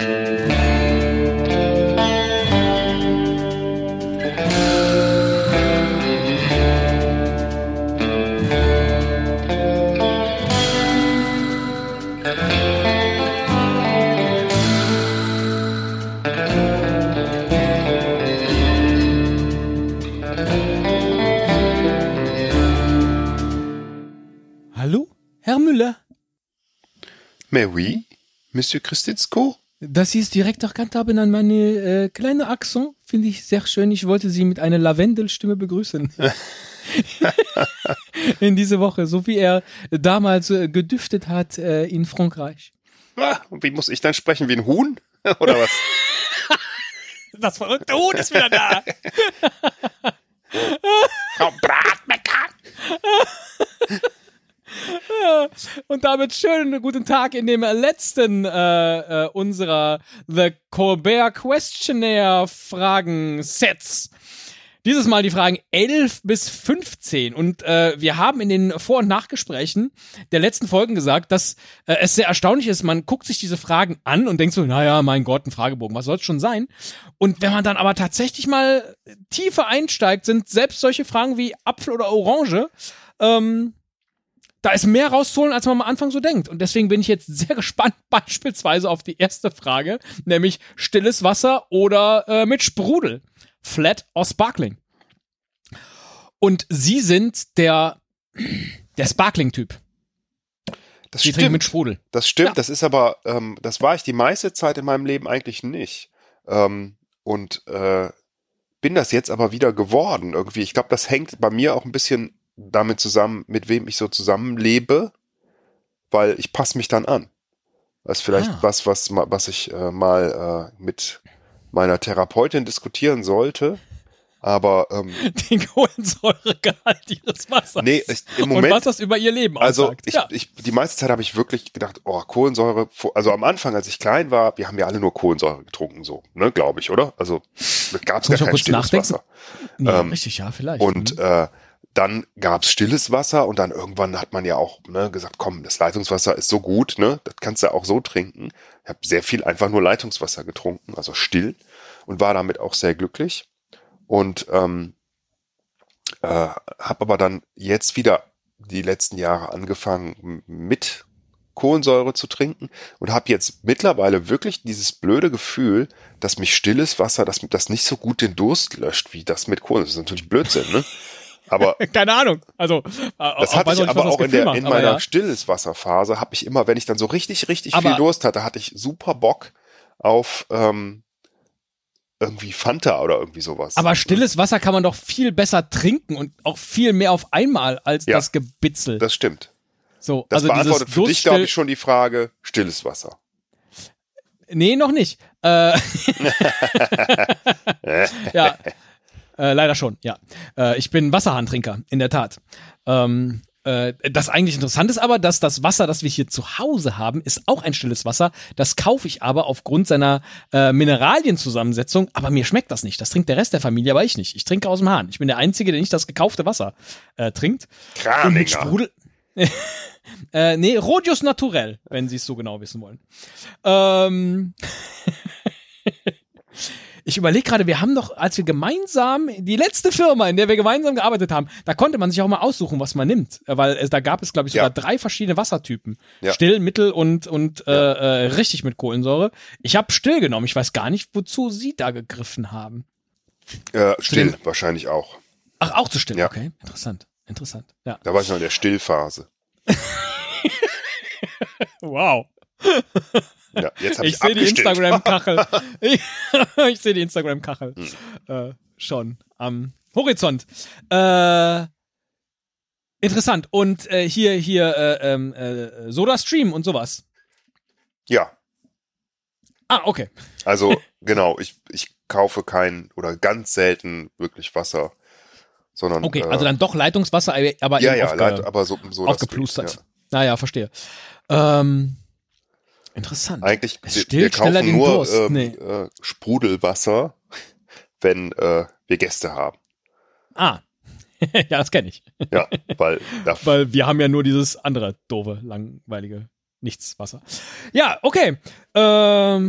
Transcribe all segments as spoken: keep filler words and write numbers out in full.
Hallo, Herr Müller? Mais oui, Monsieur Christitzko? Dass Sie es direkt erkannt haben an meine äh, kleine Akzent, finde ich sehr schön. Ich wollte Sie mit einer Lavendelstimme begrüßen. In diese Woche, so wie er damals äh, gedüftet hat äh, in Frankreich. Ah, und wie muss ich dann sprechen? Wie ein Huhn? Oder was? Das verrückte Huhn ist wieder da. Frau Bratmecker! Und damit schönen guten Tag in dem letzten äh, äh, unserer The Colbert Questionnaire Fragen-Sets. Dieses Mal die Fragen elf bis fünfzehn. Und äh, wir haben in den Vor- und Nachgesprächen der letzten Folgen gesagt, dass äh, es sehr erstaunlich ist, man guckt sich diese Fragen an und denkt so, naja, mein Gott, ein Fragebogen, was soll es schon sein? Und wenn man dann aber tatsächlich mal tiefer einsteigt, sind selbst solche Fragen wie Apfel oder Orange, ähm, da ist mehr rauszuholen, als man am Anfang so denkt. Und deswegen bin ich jetzt sehr gespannt beispielsweise auf die erste Frage, nämlich stilles Wasser oder äh, mit Sprudel. Flat or Sparkling. Und Sie sind der, der Sparkling-Typ. Das Sie stimmt. trinken mit Sprudel. Das stimmt, Ja. das ist aber, ähm, das war ich die meiste Zeit in meinem Leben eigentlich nicht. Ähm, und äh, bin das jetzt aber wieder geworden irgendwie. Ich glaube, das hängt bei mir auch ein bisschen damit zusammen, mit wem ich so zusammenlebe, weil ich passe mich dann an. Das ist vielleicht Ah. was, was, ma- was ich äh, mal äh, mit meiner Therapeutin diskutieren sollte, aber ähm, Den Kohlensäuregehalt Ihres Wassers. nee, ich, im Und Moment, was das über Ihr Leben also aussagt. ich, ja. ich, die meiste Zeit habe ich wirklich gedacht, oh, Kohlensäure, also am Anfang, als ich klein war, wir haben ja alle nur Kohlensäure getrunken, so, ne, glaube ich, oder? Also da gab es Muss gar ich kein kurz stilles nachdenken? Wasser. Nee, ähm, richtig, ja, vielleicht. Und Mhm. äh, dann gab's stilles Wasser und dann irgendwann hat man ja auch ne, gesagt, komm, das Leitungswasser ist so gut, ne, das kannst du auch so trinken. Ich habe sehr viel einfach nur Leitungswasser getrunken, also still, und war damit auch sehr glücklich. Und ähm, äh, habe aber dann jetzt wieder die letzten Jahre angefangen m- mit Kohlensäure zu trinken und habe jetzt mittlerweile wirklich dieses blöde Gefühl, dass mich stilles Wasser, dass das nicht so gut den Durst löscht wie das mit Kohlensäure. Das ist natürlich Blödsinn, ne? Aber Keine Ahnung. Also, das hatte ich aber auch in, der, in meiner ja. stilles Wasserphase, habe ich immer, wenn ich dann so richtig, richtig Aber- viel Durst hatte, hatte ich super Bock auf ähm, irgendwie Fanta oder irgendwie sowas. Aber stilles Wasser kann man doch viel besser trinken und auch viel mehr auf einmal als Ja, das Gebitzel. Das stimmt. so, Das also beantwortet dieses für dich, glaube Durststill- ich, schon die Frage, stilles Wasser. Nee, noch nicht. Äh, ja, äh, leider schon, ja. Äh, ich bin Wasserhahntrinker, in der Tat. Ähm, äh, das eigentlich interessant ist aber, dass das Wasser, das wir hier zu Hause haben, ist auch ein stilles Wasser. Das kaufe ich aber aufgrund seiner äh, Mineralienzusammensetzung, aber mir schmeckt das nicht. Das trinkt der Rest der Familie, aber ich nicht. Ich trinke aus dem Hahn. Ich bin der Einzige, der nicht das gekaufte Wasser äh, trinkt. Und mit Kraninger. Sprudel... äh, nee, Rhodius Naturell, wenn Sie es so genau wissen wollen. Ähm... Ich überlege gerade, wir haben doch, als wir gemeinsam, die letzte Firma, in der wir gemeinsam gearbeitet haben, da konnte man sich auch mal aussuchen, was man nimmt. Weil es, da gab es, glaube ich, sogar Ja. drei verschiedene Wassertypen. Ja. Still, mittel und, und Ja. äh, äh, richtig mit Kohlensäure. Ich habe still genommen. Ich weiß gar nicht, wozu Sie da gegriffen haben. Äh, still, dem- wahrscheinlich auch. Ach, auch zu still. Ja. Okay, interessant. Interessant. Ja. Da war ich noch in der Stillphase. Wow. Ja, jetzt habe ich, Ich sehe die abgestillt. Instagram-Kachel. ich ich sehe die Instagram-Kachel. Hm. Äh, schon am Horizont. Äh, interessant. Und äh, hier, hier, äh, ähm, äh, SodaStream und sowas. Ja, Ah, okay. also genau, ich, ich kaufe kein oder ganz selten wirklich Wasser, sondern Okay, äh, also dann doch Leitungswasser, aber ja, eben ja, aufge leid, aber so, so das aufgeplustert. geht, Naja, verstehe. Ähm, interessant. ja. Eigentlich, Es wir, stillt wir schneller kaufen den nur Durst. ähm, Nee. äh, Sprudelwasser, wenn äh, wir Gäste haben. Ah. Ja, das kenne ich. Ja, weil, da, Weil wir haben ja nur dieses andere doofe, langweilige Nichtswasser. Ja, okay. Ähm,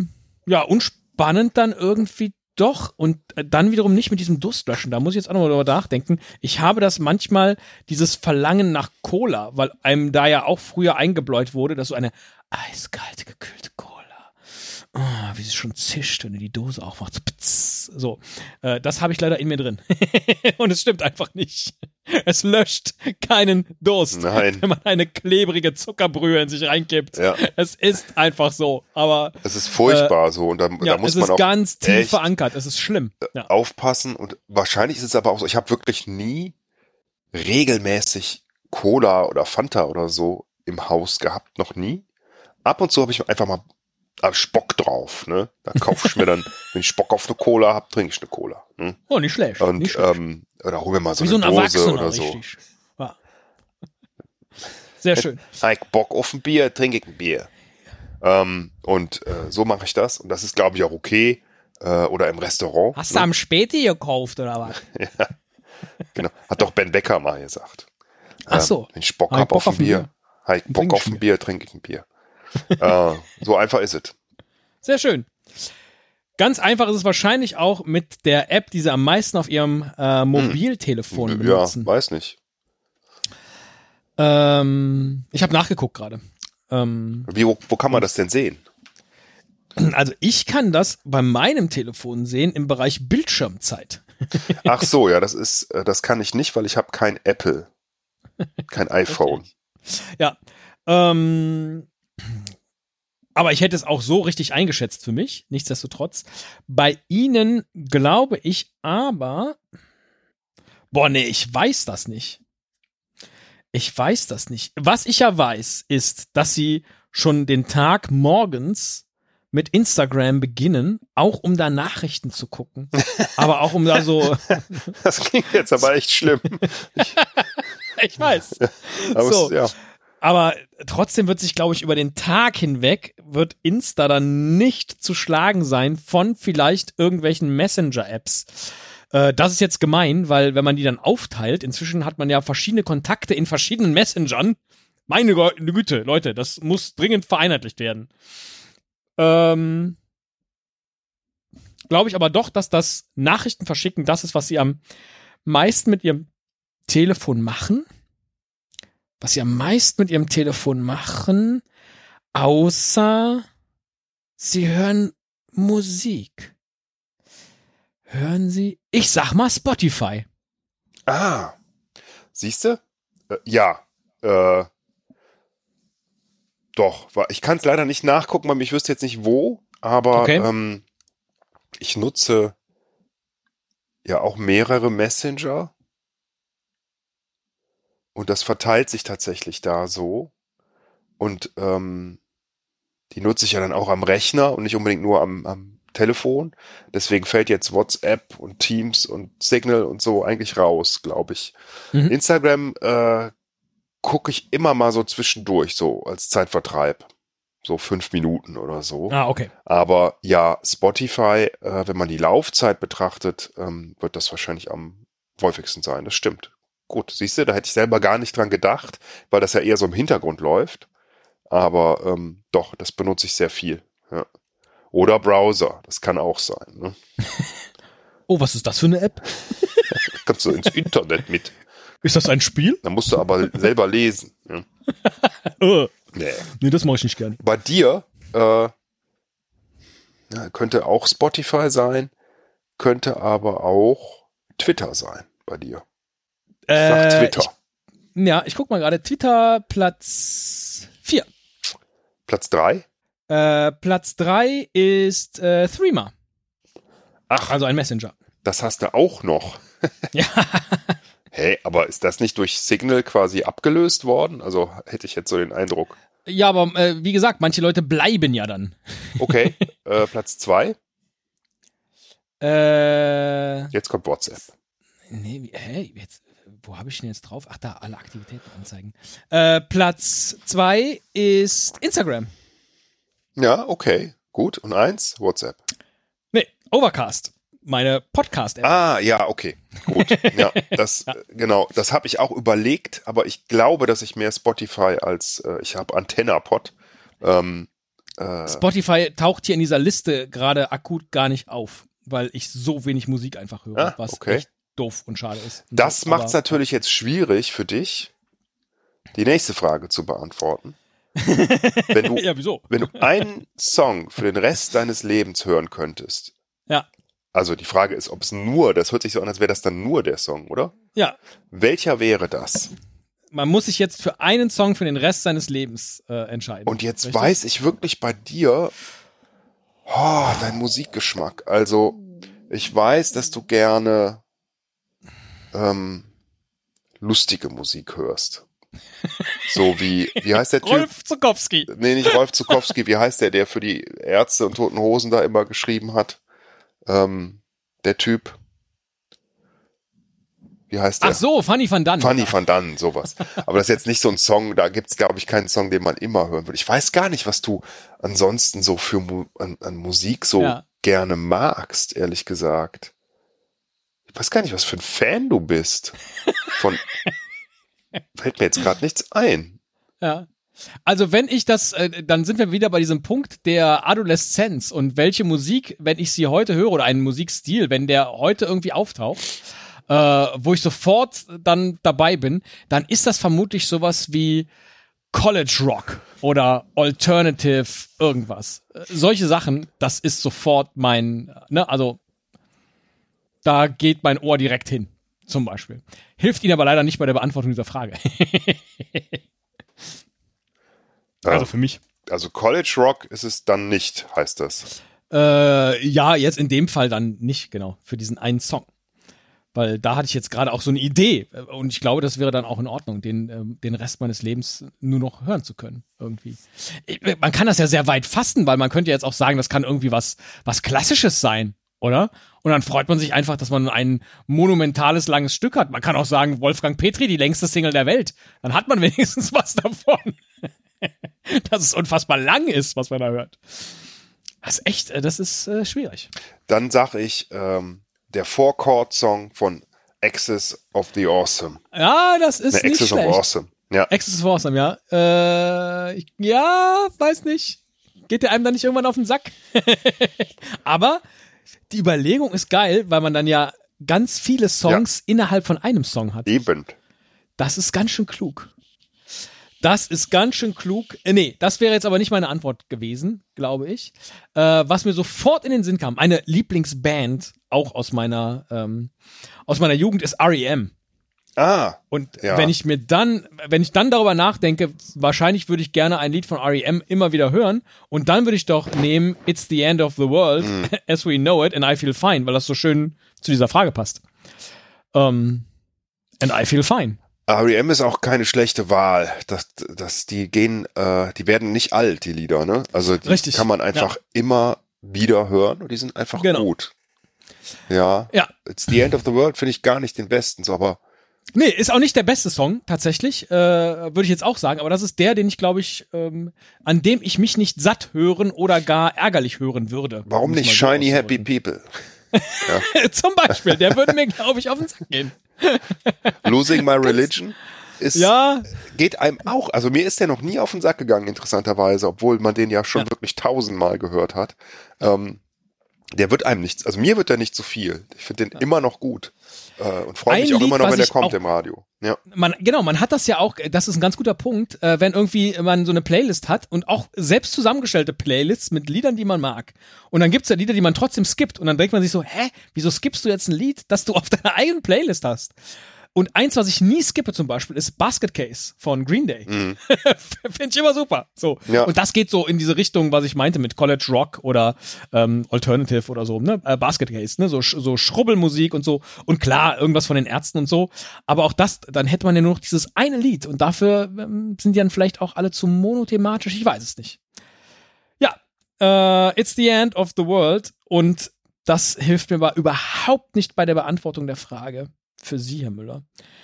Ja, und spannend dann irgendwie doch. Und dann wiederum nicht mit diesem Durstlöschen. Da muss ich jetzt auch nochmal drüber nachdenken. Ich habe das manchmal, dieses Verlangen nach Cola, weil einem da ja auch früher eingebläut wurde, dass so eine eiskalte, gekühlte Cola, oh, wie sie schon zischt, wenn du die Dose aufmachst. So, äh, das habe ich leider in mir drin. Und es stimmt einfach nicht. Es löscht keinen Durst, Nein. wenn man eine klebrige Zuckerbrühe in sich reinkippt. Ja. Es ist einfach so. Aber Es ist furchtbar äh, so und da, ja, da muss es man ist auch ganz tief echt verankert. Es ist schlimm. Ja. aufpassen und wahrscheinlich ist es aber auch so, ich habe wirklich nie regelmäßig Cola oder Fanta oder so im Haus gehabt, noch nie. Ab und zu habe ich einfach mal Spock drauf, ne? Da kaufe ich mir dann, wenn ich Spock auf eine Cola habe, trinke ich eine Cola. Ne? Oh, nicht schlecht. Und nicht schlecht. ähm, oder hol mir mal so Wie so ein eine Dose Erwachsener, oder so. richtig. Ja. Sehr schön. Habe ich Bock auf ein Bier, trinke ich ein Bier. Ähm, und äh, so mache ich das. Und das ist, glaube ich, auch okay. Äh, oder im Restaurant. Hast ne? du am Späti gekauft, oder was? Ja, genau. Hat doch Ben Becker mal gesagt. Ach so. Ähm, wenn ich Bock Hab ich habe Bock auf ein auf ein Bier, Bier. habe ich Dann Bock trink ich auf ein ein Bier, trinke ich ein Bier. äh, so einfach ist es. Sehr schön. Ganz einfach ist es wahrscheinlich auch mit der App, die sie am meisten auf ihrem äh, Mobiltelefon Ja, benutzen. weiß nicht. Ähm, ich habe nachgeguckt gerade. Ähm, Wie, wo, wo kann man das denn sehen? also ich kann das bei meinem Telefon sehen im Bereich Bildschirmzeit. Ach so, ja, das ist, äh, das kann ich nicht, weil ich habe kein Apple, kein iPhone. Ja. Ähm, aber ich hätte es auch so richtig eingeschätzt für mich, nichtsdestotrotz. Bei Ihnen glaube ich aber, boah, nee, ich weiß das nicht. Ich weiß das nicht. Was ich ja weiß, ist, dass Sie schon den Tag morgens mit Instagram beginnen, auch um da Nachrichten zu gucken. Aber auch um da so... Das klingt jetzt aber echt schlimm. Ich weiß. Aber So. es, ja. Aber trotzdem wird sich, glaube ich, über den Tag hinweg wird Insta dann nicht zu schlagen sein von vielleicht irgendwelchen Messenger-Apps. Äh, das ist jetzt gemein, weil wenn man die dann aufteilt, inzwischen hat man ja verschiedene Kontakte in verschiedenen Messengern. Meine Güte, Leute, das muss dringend vereinheitlicht werden. Ähm, glaube ich aber doch, dass das Nachrichten verschicken das ist, was sie am meisten mit ihrem Telefon machen. Was sie am meisten mit ihrem Telefon machen, außer sie hören Musik. Hören sie? Ich sag mal Spotify. Ah, siehst du? Äh, ja, äh, doch. Ich kann es leider nicht nachgucken, weil ich wüsste jetzt nicht wo, aber Okay. ähm, ich nutze ja auch mehrere Messenger. Und das verteilt sich tatsächlich da so. Und ähm, die nutze ich ja dann auch am Rechner und nicht unbedingt nur am, am Telefon. Deswegen fällt jetzt WhatsApp und Teams und Signal und so eigentlich raus, glaube ich. Mhm. Instagram äh, gucke ich immer mal so zwischendurch, so als Zeitvertreib. So fünf Minuten oder so. Ah, okay. Aber ja, Spotify, äh, wenn man die Laufzeit betrachtet, ähm, wird das wahrscheinlich am häufigsten sein. Das stimmt. Gut, siehst du, da hätte ich selber gar nicht dran gedacht, weil das ja eher so im Hintergrund läuft. Aber ähm, doch, das benutze ich sehr viel. Ja. Oder Browser, das kann auch sein. Ne? Oh, was ist das für eine App? Kannst du ins Internet mit. Ist das ein Spiel? Dann musst du aber selber lesen. Ja. Oh. Nee. Nee, das mache ich nicht gerne. Bei dir äh, ja, könnte auch Spotify sein, könnte aber auch Twitter sein bei dir. Sag Äh, Twitter. Ich, ja, ich guck mal gerade. Twitter Platz vier. Platz drei? Äh, Platz drei ist äh, Threema. Ach, Also ein Messenger. das hast du auch noch. Ja. Hey, aber ist das nicht durch Signal quasi abgelöst worden? Also hätte ich jetzt so den Eindruck. Ja, aber äh, wie gesagt, manche Leute bleiben ja dann. Okay, äh, Platz zwei. Äh, Jetzt kommt WhatsApp. nee, wie- hä, jetzt, wo habe ich denn jetzt drauf? Ach da, alle Aktivitäten anzeigen. Äh, Platz zwei ist Instagram. Ja, okay, gut. Und eins, WhatsApp. Nee, Overcast. Meine Podcast-App. Ah, ja, okay, gut. Ja, das äh, genau, das habe ich auch überlegt, aber ich glaube, dass ich mehr Spotify als äh, ich habe AntennaPod. Ähm, Äh, Spotify taucht hier in dieser Liste gerade akut gar nicht auf, weil ich so wenig Musik einfach höre, Ah, was okay. echt doof und schade ist. Und das so, macht es aber- natürlich jetzt schwierig für dich, die nächste Frage zu beantworten. Wenn du, Ja, wieso? wenn du einen Song für den Rest deines Lebens hören könntest, Ja, also die Frage ist, ob es nur, das hört sich so an, als wäre das dann nur der Song, oder? ja. Welcher wäre das? Man muss sich jetzt für einen Song für den Rest seines Lebens äh, entscheiden. Und jetzt Richtig? weiß ich wirklich bei dir, oh, dein Musikgeschmack. Also, ich weiß, dass du gerne ähm, lustige Musik hörst. So wie, wie heißt der Typ? Rolf Zukowski. Nee, nicht Rolf Zukowski. Wie heißt der, der für die Ärzte und Toten Hosen da immer geschrieben hat? Ähm, der Typ. Wie heißt der? Ach so, Fanny van Dann. Fanny van Dann, sowas. Aber das ist jetzt nicht so ein Song, da gibt's glaube ich, keinen Song, den man immer hören würde. Ich weiß gar nicht, was du ansonsten so für Mu an, an Musik so Ja. gerne magst, ehrlich gesagt. Ich weiß gar nicht, was für ein Fan du bist. Von fällt mir jetzt gerade nichts ein. Ja. Also wenn ich das, äh, dann sind wir wieder bei diesem Punkt der Adoleszenz und welche Musik, wenn ich sie heute höre oder einen Musikstil, wenn der heute irgendwie auftaucht, äh, wo ich sofort dann dabei bin, dann ist das vermutlich sowas wie College Rock oder Alternative irgendwas. Äh, solche Sachen, das ist sofort mein, ne, also da geht mein Ohr direkt hin, zum Beispiel. Hilft Ihnen aber leider nicht bei der Beantwortung dieser Frage. Also Ja. für mich. Also College Rock ist es dann nicht, heißt das. Äh, ja, jetzt in dem Fall dann nicht, genau, für diesen einen Song. Weil da hatte ich jetzt gerade auch so eine Idee und ich glaube, das wäre dann auch in Ordnung, den, ähm, den Rest meines Lebens nur noch hören zu können, irgendwie. Ich, man kann das ja sehr weit fassen, weil man könnte jetzt auch sagen, das kann irgendwie was, was Klassisches sein, oder? Und dann freut man sich einfach, dass man ein monumentales, langes Stück hat. Man kann auch sagen, Wolfgang Petri, die längste Single der Welt. Dann hat man wenigstens was davon. Dass es unfassbar lang ist, was man da hört. Das ist echt, äh, das ist äh, schwierig. Dann sag ich ähm, der Four-Chord-Song von Axis of the Awesome. Ja, das ist Ne, nicht Axis of schlecht. Awesome. Ja. Access of Awesome, ja. Äh, ich, ja, weiß nicht. Geht der einem dann nicht irgendwann auf den Sack? Aber die Überlegung ist geil, weil man dann ja ganz viele Songs innerhalb von einem Song hat. Eben. Das ist ganz schön klug. Das ist ganz schön klug. Äh, nee, das wäre jetzt aber nicht meine Antwort gewesen, glaube ich. Äh, was mir sofort in den Sinn kam, eine Lieblingsband, auch aus meiner, ähm, aus meiner Jugend, ist R E M. Ah, Und Ja. wenn ich mir dann, wenn ich dann darüber nachdenke, wahrscheinlich würde ich gerne ein Lied von R E M immer wieder hören und dann würde ich doch nehmen It's the End of the World, Mhm. as we know it, and I feel fine, weil das so schön zu dieser Frage passt. Ähm, and I feel fine. R E M ist auch keine schlechte Wahl. Das, das, die gehen, äh, die werden nicht alt, die Lieder, ne? Also die Richtig, kann man einfach ja. immer wieder hören und die sind einfach Genau. gut. Ja. Ja. It's the End of the World finde ich gar nicht den besten, so, aber Nee, ist auch nicht der beste Song, tatsächlich, äh, würde ich jetzt auch sagen, aber das ist der, den ich, glaube ich, ähm, an dem ich mich nicht satt hören oder gar ärgerlich hören würde. warum Um es nicht mal so Shiny Happy auszudrücken. People? Zum Beispiel, der würde mir, glaube ich, auf den Sack gehen. Losing My Religion ist, Ja, geht einem auch, also mir ist der noch nie auf den Sack gegangen, interessanterweise, obwohl man den ja schon Ja. wirklich tausendmal gehört hat. Ähm, der wird einem nichts, also mir wird der nicht zu viel. Ich finde den immer noch gut. Äh, und freue Ein mich auch Lied, immer noch, was wenn der ich kommt auch- im Radio. Ja. man, genau, man hat das ja auch, das ist ein ganz guter Punkt, äh, wenn irgendwie man so eine Playlist hat und auch selbst zusammengestellte Playlists mit Liedern, die man mag. Und dann gibt's ja Lieder, die man trotzdem skippt. Und dann denkt man sich so, hä, wieso skippst du jetzt ein Lied, das du auf deiner eigenen Playlist hast? Und eins, was ich nie skippe zum Beispiel, ist Basket Case von Green Day. Mhm. Finde ich immer super. So. Ja. Und das geht so in diese Richtung, was ich meinte mit College Rock oder ähm, Alternative oder so, ne? Äh, Basket Case, ne? So, sch- so Schrubbelmusik und so. Und klar, irgendwas von den Ärzten und so. Aber auch das, dann hätte man ja nur noch dieses eine Lied. Und dafür ähm, sind die dann vielleicht auch alle zu monothematisch. Ich weiß es nicht. Ja, äh, It's the End of the World. Und das hilft mir aber überhaupt nicht bei der Beantwortung der Frage. Für Sie, Herr Müller.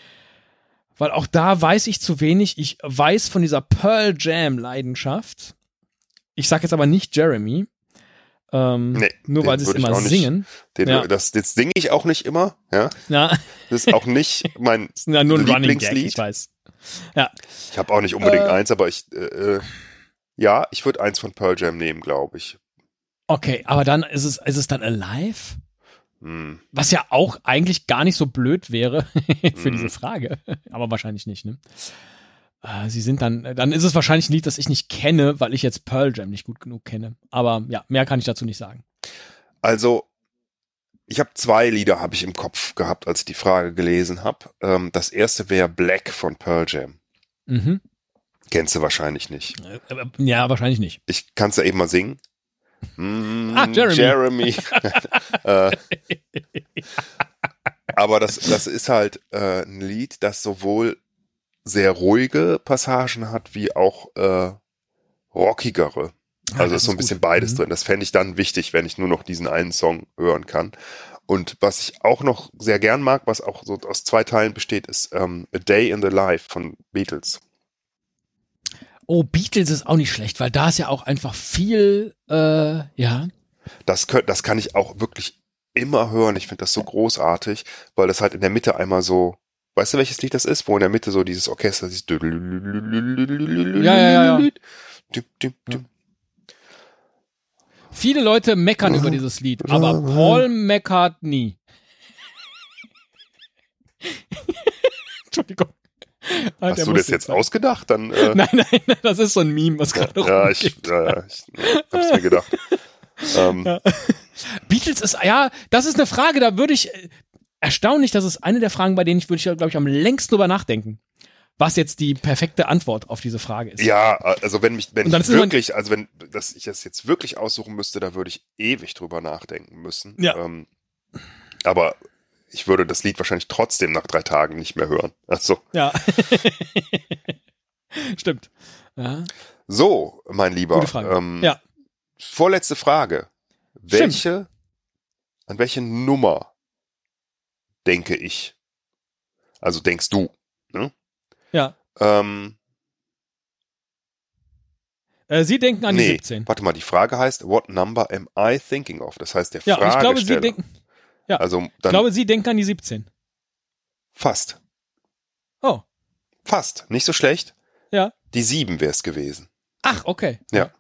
Weil auch da weiß ich zu wenig. Ich weiß von dieser Pearl Jam Leidenschaft. Ich sag jetzt aber nicht Jeremy. Ähm, Nee, nur den weil sie es würde ich immer auch nicht- singen. Den, Ja. Das, das singe ich auch nicht immer. Ja, Ja, das ist auch nicht mein. ist ja nur ein Running Gag, Lieblingslied. ich weiß. Ich habe auch nicht unbedingt Äh. eins, aber ich. Äh, äh, Ja, ich würde eins von Pearl Jam nehmen, glaube ich. Okay, aber dann ist es, ist es dann Alive? Hm. Was ja auch eigentlich gar nicht so blöd wäre für Hm. diese Frage. Aber wahrscheinlich nicht, ne? Äh, Sie sind dann, dann ist es wahrscheinlich ein Lied, das ich nicht kenne, weil ich jetzt Pearl Jam nicht gut genug kenne. Aber ja, mehr kann ich dazu nicht sagen. Also, ich habe zwei Lieder habe ich im Kopf gehabt, als ich die Frage gelesen habe. Ähm, das erste wäre Black von Pearl Jam. Mhm. Kennst du wahrscheinlich nicht. Äh, äh, Ja, wahrscheinlich nicht. Ich kann es ja eben mal singen. Mm, Ah, Jeremy. Jeremy. äh, aber das, das ist halt äh, ein Lied, das sowohl sehr ruhige Passagen hat, wie auch äh, rockigere. Ah, Also das ist so ist ein bisschen gut. beides Mhm. drin. Das fände ich dann wichtig, wenn ich nur noch diesen einen Song hören kann. Und was ich auch noch sehr gern mag, was auch so aus zwei Teilen besteht, ist ähm, A Day in the Life von Beatles. Oh, Beatles ist auch nicht schlecht, weil da ist ja auch einfach viel, äh, ja. Das, könnt, das kann ich auch wirklich immer hören. Ich finde das so großartig, weil das halt in der Mitte einmal so, weißt du, welches Lied das ist? Wo in der Mitte so dieses Orchester, dieses Ja, ja, ja, ja. Viele Leute meckern über dieses Lied, aber Paul meckert nie. Entschuldigung. Hast Der du muss das jetzt sein. ausgedacht? Dann, äh, Nein, nein, das ist so ein Meme, was gerade ja, rumgeht. ich, ja, ich hab's mir gedacht. Ähm, Ja. Beatles ist, ja, das ist eine Frage, da würde ich, äh, erstaunlich, das ist eine der Fragen, bei denen ich würde ich, glaube ich, am längsten drüber nachdenken, was jetzt die perfekte Antwort auf diese Frage ist. Ja, also wenn mich, wenn Und dann ich ist es wirklich, also wenn dass ich das jetzt wirklich aussuchen müsste, da würde ich ewig drüber nachdenken müssen. Ja. Ähm, aber ich würde das Lied wahrscheinlich trotzdem nach drei Tagen nicht mehr hören. Also Ja. Stimmt. Ja. so, mein Lieber. Gute Frage. Ähm, Ja. Vorletzte Frage. Welche, an welche Nummer denke ich? Also denkst du? Ne? Ja. Ähm, Äh, Sie denken an die nee, siebzehn. warte mal, die Frage heißt, what number am I thinking of? Das heißt, der Ja, und ich glaube, Sie Fragesteller. denken, ja, Also ich dann glaube, Sie denken an die siebzehn. fast. Oh, Fast. Nicht so schlecht. ja. Die sieben wäre es gewesen. Ach, okay. Ja.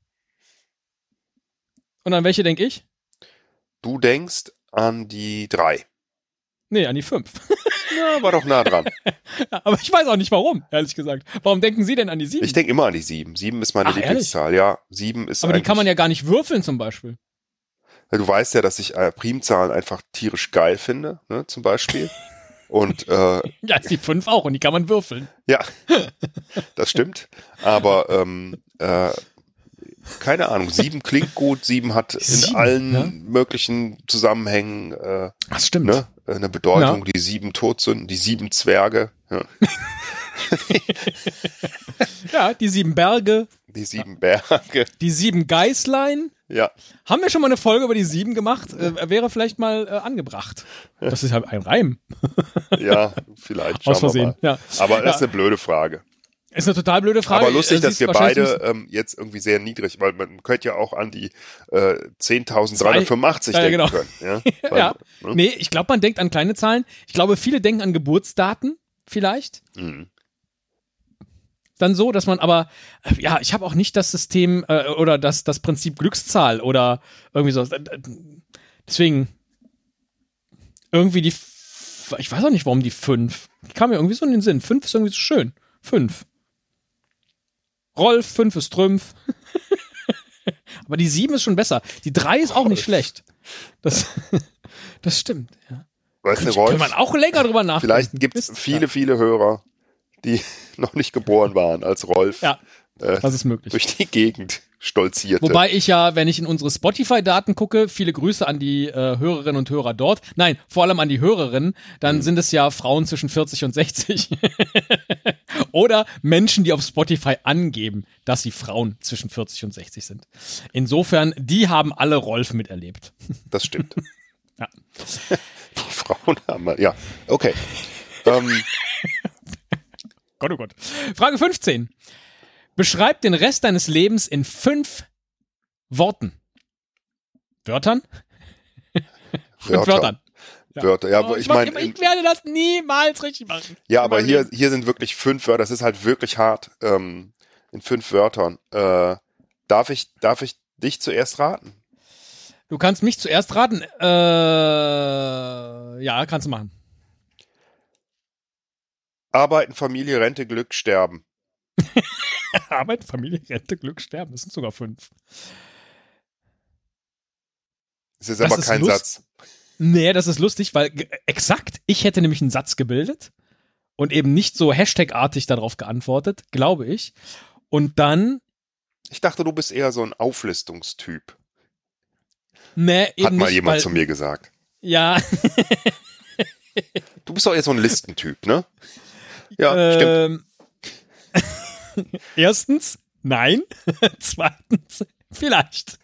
Und an welche denke ich? Du denkst an die drei. Nee, an die fünf. Ja, war doch nah dran. Ja, aber ich weiß auch nicht warum, ehrlich gesagt. Warum denken Sie denn an die sieben? Ich denke immer an die sieben. Sieben ist meine Ach, Lieblingszahl. Ja, sieben ist aber die eigentlich, kann man ja gar nicht würfeln zum Beispiel. Du weißt ja, dass ich äh, Primzahlen einfach tierisch geil finde, ne, zum Beispiel. Und äh, Ja, ist die fünf auch und die kann man würfeln. ja, das stimmt. Aber ähm, äh, keine Ahnung, sieben klingt gut, sieben hat in Sieben, allen ja. möglichen Zusammenhängen äh, Das stimmt. ne, eine Bedeutung, die sieben Todsünden, die sieben Zwerge, ja, Ja, die sieben Berge, die sieben Berge, die sieben Geißlein. ja. Haben wir schon mal eine Folge über die sieben gemacht? Äh, wäre vielleicht mal äh, angebracht. Das ist halt ein Reim. Ja, vielleicht. Aus Schauen wir Versehen. mal. Ja. Aber das Ja. ist eine blöde Frage. Ist eine total blöde Frage. Aber lustig, Äh, dass sie wir ist wahrscheinlich beide ähm, jetzt irgendwie sehr niedrig, weil man könnte ja auch an die äh, zehntausenddreihundertfünfundachtzig Ja, ja, denken genau. können. Ja, weil, Ja. ne? Nee, ich glaube, man denkt an kleine Zahlen. Ich glaube, viele denken an Geburtsdaten vielleicht. Mhm. Dann so, dass man aber, äh, ja, ich habe auch nicht das System äh, oder das, das Prinzip Glückszahl oder irgendwie so. Deswegen irgendwie die, F- ich weiß auch nicht, warum die fünf. Die kam mir irgendwie so in den Sinn. Fünf ist irgendwie so schön. Fünf. Rolf, fünf ist Trümpf. Aber die sieben ist schon besser. Die drei ist auch nicht schlecht. Das, das stimmt, ja. Weißt du, Könnte Rolf, man auch länger drüber nachdenken. vielleicht gibt es Wisst- viele, viele Hörer, die noch nicht geboren waren, als Rolf Ja, äh, das ist möglich. durch die Gegend stolzierte. Wobei ich ja, wenn ich in unsere Spotify-Daten gucke, viele Grüße an die äh, Hörerinnen und Hörer dort. Nein, vor allem an die Hörerinnen. Dann Mhm. sind es ja Frauen zwischen vierzig und sechzig. Oder Menschen, die auf Spotify angeben, dass sie Frauen zwischen vierzig und sechzig sind. Insofern, die haben alle Rolf miterlebt. Das stimmt. Ja. Die Frauen haben wir, ja, okay. Ähm, Gott, oh Gott. Frage fünfzehn. Beschreib den Rest deines Lebens in fünf Worten. Wörtern? Fünf Wörter. Wörtern. Ja. Wörter, ja, Oh, aber ich ich mach- meine, ich werde das niemals richtig machen. ja, aber Mein hier, Leben. hier sind wirklich fünf Wörter, das ist halt wirklich hart. Ähm, in fünf Wörtern. Äh, darf ich, darf ich dich zuerst raten? Du kannst mich zuerst raten. Äh, ja, kannst du machen. Arbeiten, Familie, Rente, Glück, Sterben. Arbeit, Familie, Rente, Glück, Sterben. Das sind sogar fünf. Das ist Das aber ist kein Lust- Satz. Nee, das ist lustig, weil g- exakt, ich hätte nämlich einen Satz gebildet und eben nicht so Hashtag-artig darauf geantwortet, glaube ich. Und dann, Ich dachte, du bist eher so ein Auflistungstyp. nee, eben Hat mal nicht, jemand weil, zu mir gesagt. Ja, Du bist doch eher so ein Listentyp, ne? Ja, stimmt. ähm, erstens, nein. Zweitens, vielleicht.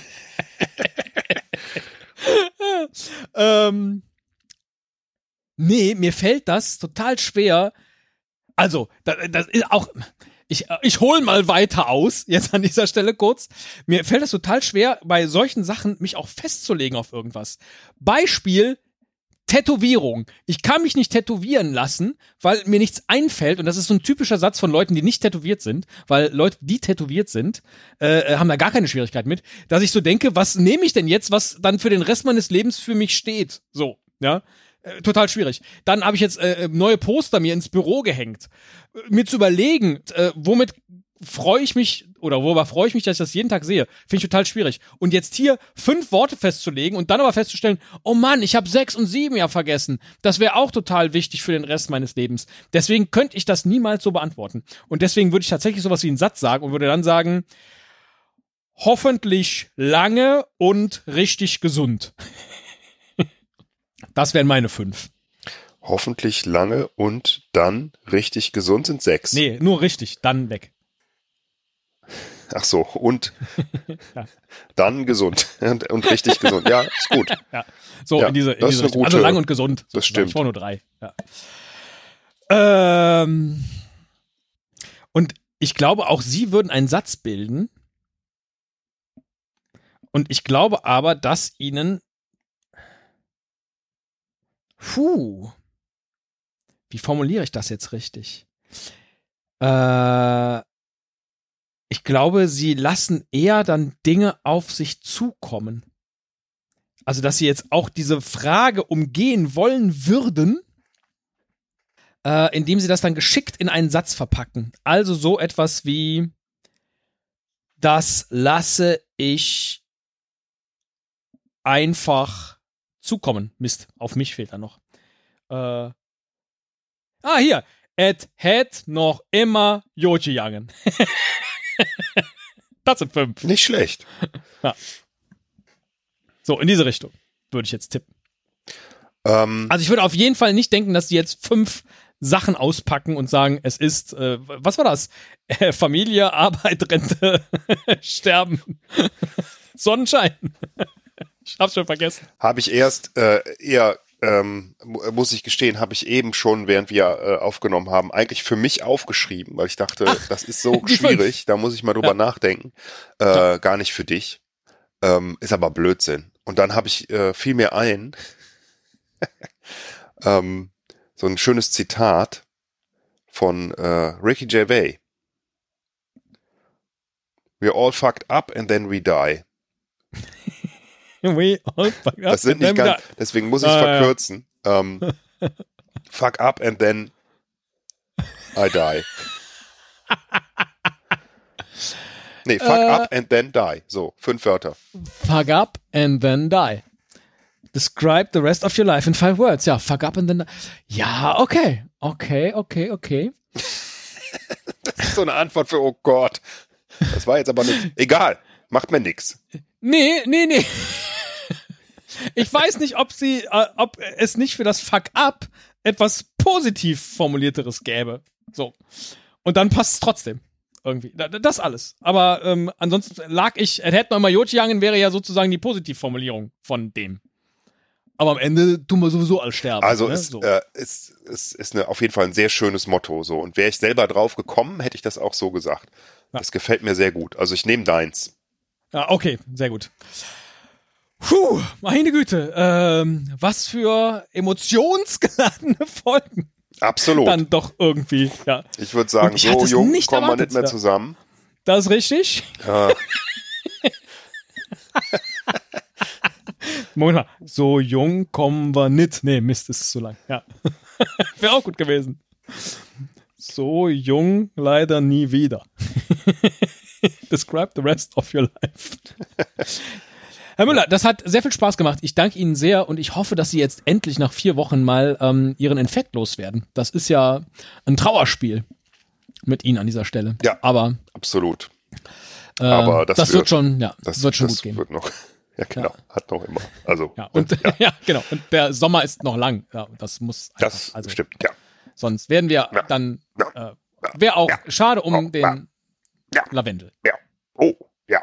ähm, nee, mir fällt das total schwer. Also, das, das ist auch. Ich, ich hole mal weiter aus, jetzt an dieser Stelle kurz. Mir fällt das total schwer, bei solchen Sachen mich auch festzulegen auf irgendwas. Beispiel Tätowierung. Ich kann mich nicht tätowieren lassen, weil mir nichts einfällt. Und das ist so ein typischer Satz von Leuten, die nicht tätowiert sind, weil Leute, die tätowiert sind, äh, haben da gar keine Schwierigkeit mit, dass ich so denke, was nehme ich denn jetzt, was dann für den Rest meines Lebens für mich steht? So, ja. Äh, total schwierig. Dann habe ich jetzt äh, neue Poster mir ins Büro gehängt. Äh, mir zu überlegen, äh, womit freue ich mich oder worüber freue ich mich, dass ich das jeden Tag sehe, finde ich total schwierig. Und jetzt hier fünf Worte festzulegen und dann aber festzustellen, oh Mann, ich habe sechs und sieben ja vergessen. Das wäre auch total wichtig für den Rest meines Lebens. Deswegen könnte ich das niemals so beantworten. Und deswegen würde ich tatsächlich sowas wie einen Satz sagen und würde dann sagen, hoffentlich lange und richtig gesund. Das wären meine fünf. Hoffentlich lange und dann richtig gesund sind sechs. Nee, nur richtig, dann weg. Ach so, und Ja. dann gesund und, und richtig gesund. Ja, ist gut. Ja. So, Ja, in diese, in das ist diese eine Richtung. gute- Also lang und gesund. das sozusagen. stimmt. Ich war nur drei. Ja. Ähm, und ich glaube, auch Sie würden einen Satz bilden. Und ich glaube aber, dass Ihnen. Puh. Wie formuliere ich das jetzt richtig? Äh. Ich glaube, sie lassen eher dann Dinge auf sich zukommen. Also, dass sie jetzt auch diese Frage umgehen wollen würden, äh, indem sie das dann geschickt in einen Satz verpacken. Also so etwas wie, das lasse ich einfach zukommen. Mist, auf mich fehlt da noch. Äh, ah, hier. Et het noch immer Joji Jangen. Das sind fünf. Nicht schlecht. Ja. So, in diese Richtung würde ich jetzt tippen. Ähm, Also ich würde auf jeden Fall nicht denken, dass die jetzt fünf Sachen auspacken und sagen, es ist, äh, was war das? Äh, Familie, Arbeit, Rente, Sterben, Sonnenschein. Ich hab's schon vergessen. habe ich erst äh, eher, ähm, mu- muss ich gestehen, habe ich eben schon, während wir äh, aufgenommen haben, eigentlich für mich aufgeschrieben, weil ich dachte, Ach, das ist so die schwierig, fünf. da muss ich mal drüber Ja. nachdenken. Äh, Gar nicht für dich. Ähm, ist aber Blödsinn. Und dann habe ich, äh, fiel mir ein, ähm, so ein schönes Zitat von äh, Ricky Gervais. We're all fucked up and then we die. We all fuck up Das sind and nicht then we ganz, die. deswegen muss ich es Ah, ja, ja. verkürzen. Ähm, fuck up and then I die. Nee, fuck Äh. up and then die. So, fünf Wörter. Fuck up and then die. Describe the rest of your life in five words. Ja, fuck up and then die. Ja, okay. Okay, okay, okay. Das ist so eine Antwort für, oh Gott. Das war jetzt aber nicht. Egal, macht mir nix. Nee, nee, nee. Ich weiß nicht, ob sie, äh, ob es nicht für das Fuck up etwas positiv formulierteres gäbe. So. Und dann passt es trotzdem. Irgendwie. Da- Das alles. Aber ähm, ansonsten lag ich, es hätte noch mal Jojiangen wäre ja sozusagen die Positivformulierung von dem. Aber am Ende tun wir sowieso alle sterben. Also ne? ist, so. äh, ist, ist, ist eine, auf jeden Fall ein sehr schönes Motto. So. Und wäre ich selber drauf gekommen, hätte ich das auch so gesagt. Ja. Das gefällt mir sehr gut. Also ich nehme deins. Ja, okay, sehr gut. Puh, meine Güte. Ähm, was für emotionsgeladene Folgen Absolut. dann doch irgendwie, ja. Ich würde sagen, Und ich hatte so es jung nicht kommen wir erwartet, nicht mehr ja. zusammen. Das ist richtig. Ja. Moment mal, so jung kommen wir nicht. Nee, Mist, das ist zu lang. Ja. Wäre auch gut gewesen. So jung leider nie wieder. Describe the rest of your life. Herr Müller, das hat sehr viel Spaß gemacht. Ich danke Ihnen sehr und ich hoffe, dass Sie jetzt endlich nach vier Wochen mal ähm, Ihren Infekt loswerden. Das ist ja ein Trauerspiel mit Ihnen an dieser Stelle. Ja, aber absolut. Äh, aber das, das wird, wird schon, ja, das wird schon das gut gehen. Wird noch, ja, genau, ja. Hat noch immer. Also ja, und, und, ja. ja, genau. Und der Sommer ist noch lang. Ja, das muss. Einfach, das also, stimmt. Ja. Sonst werden wir ja. dann. Ja. Äh, Wäre auch ja. schade um oh, den ja. Lavendel. Ja. Oh, ja.